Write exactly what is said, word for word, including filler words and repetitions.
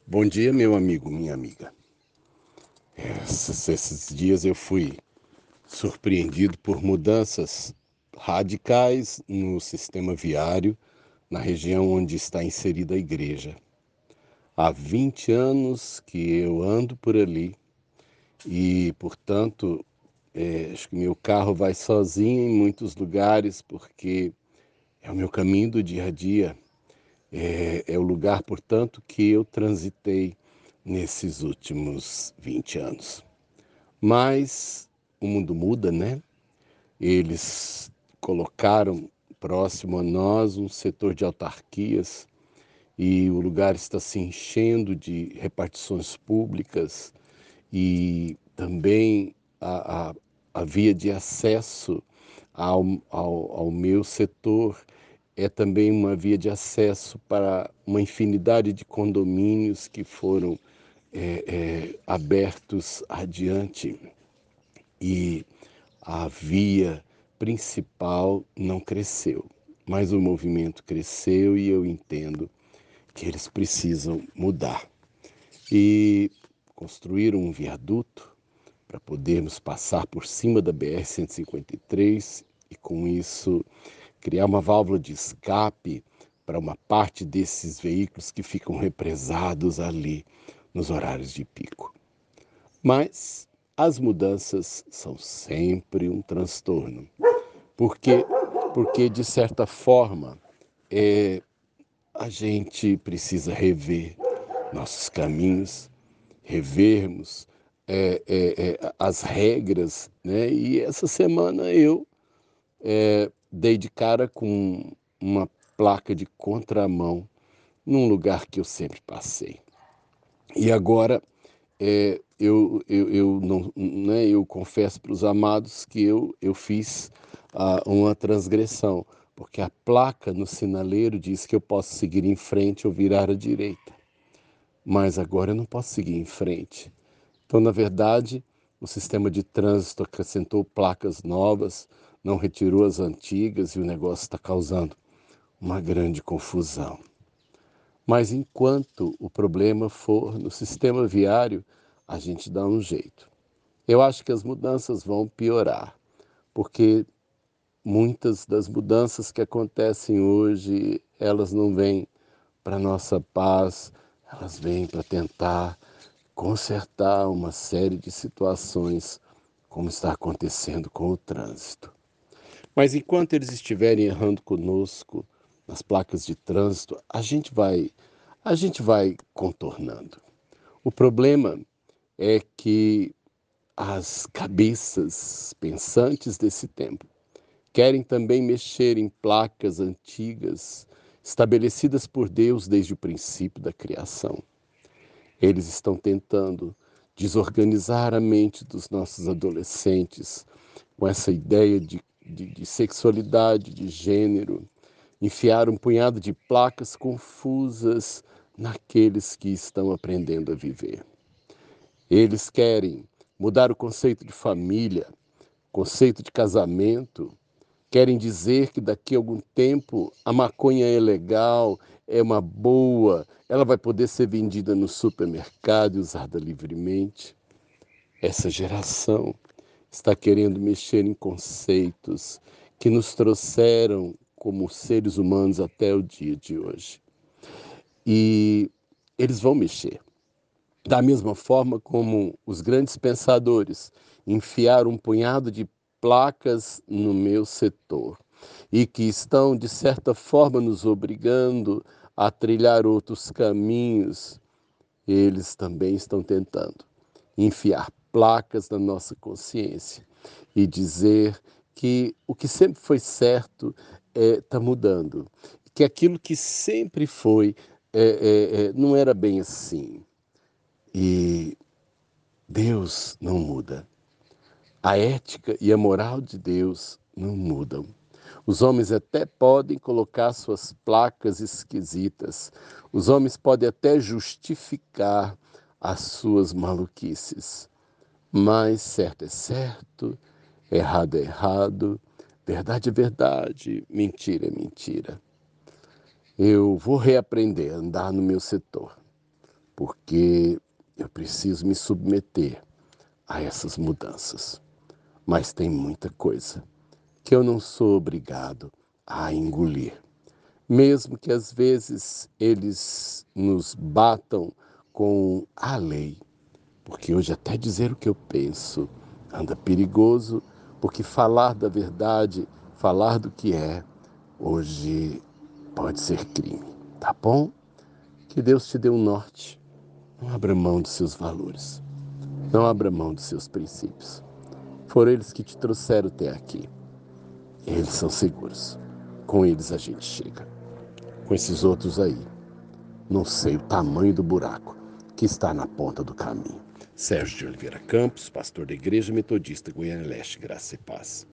Bom dia, meu amigo, minha amiga. Esses, esses dias eu fui surpreendido por mudanças radicais no sistema viário, na região onde está inserida a igreja. Há vinte anos que eu ando por ali e, portanto, é, acho que meu carro vai sozinho em muitos lugares, porque é o meu caminho do dia a dia. É, é o lugar, portanto, que eu transitei nesses últimos vinte anos. Mas o mundo muda, né? Eles colocaram próximo a nós um setor de autarquias e o lugar está se enchendo de repartições públicas e também a, a, a via de acesso ao, ao, ao meu setor é também uma via de acesso para uma infinidade de condomínios que foram é, é, abertos adiante e a via principal não cresceu, mas o movimento cresceu e eu entendo que eles precisam mudar. E construíram um viaduto para podermos passar por cima da B R cento e cinquenta e três e com isso criar uma válvula de escape para uma parte desses veículos que ficam represados ali nos horários de pico. Mas as mudanças são sempre um transtorno, porque, porque de certa forma, é, a gente precisa rever nossos caminhos, revermos é, é, é, as regras, né? E essa semana eu é, dei de cara com uma placa de contramão num lugar que eu sempre passei. E agora é, eu, eu, eu, não, né, eu confesso para os amados que eu, eu fiz ah, uma transgressão, porque a placa no sinaleiro diz que eu posso seguir em frente ou virar à direita, mas agora eu não posso seguir em frente. Então, na verdade, o sistema de trânsito acrescentou placas novas, não retirou as antigas e o negócio está causando uma grande confusão. Mas enquanto o problema for no sistema viário, a gente dá um jeito. Eu acho que as mudanças vão piorar, porque muitas das mudanças que acontecem hoje, elas não vêm para a nossa paz, elas vêm para tentar consertar uma série de situações, como está acontecendo com o trânsito. Mas enquanto eles estiverem errando conosco nas placas de trânsito, a gente vai, a gente vai contornando. O problema é que as cabeças pensantes desse tempo querem também mexer em placas antigas estabelecidas por Deus desde o princípio da criação. Eles estão tentando desorganizar a mente dos nossos adolescentes com essa ideia de, de, de sexualidade, de gênero, enfiar um punhado de placas confusas naqueles que estão aprendendo a viver. Eles querem mudar o conceito de família, conceito de casamento, querem dizer que daqui a algum tempo a maconha é legal, é uma boa, ela vai poder ser vendida no supermercado e usada livremente. Essa geração está querendo mexer em conceitos que nos trouxeram como seres humanos até o dia de hoje. E eles vão mexer. Da mesma forma como os grandes pensadores enfiaram um punhado de placas no meu setor e que estão, de certa forma, nos obrigando a trilhar outros caminhos, eles também estão tentando enfiar placas na nossa consciência e dizer que o que sempre foi certo está é, mudando, que aquilo que sempre foi é, é, é, não era bem assim. E Deus não muda. A ética e a moral de Deus não mudam. Os homens até podem colocar suas placas esquisitas. Os homens podem até justificar as suas maluquices. Mas certo é certo, errado é errado, verdade é verdade, mentira é mentira. Eu vou reaprender a andar no meu setor. porque eu preciso me submeter a essas mudanças. Mas tem muita coisa que eu não sou obrigado a engolir. Mesmo que às vezes eles nos batam com a lei, porque hoje até dizer o que eu penso anda perigoso, porque falar da verdade, falar do que é, hoje pode ser crime, tá bom? Que Deus te dê um norte. Não abra mão dos seus valores, não abra mão dos seus princípios. Foram eles que te trouxeram até aqui. Eles são seguros. Com eles a gente chega. Com esses outros aí, não sei o tamanho do buraco que está na ponta do caminho. Sérgio de Oliveira Campos, pastor da Igreja Metodista Goiânia Leste, Graça e Paz.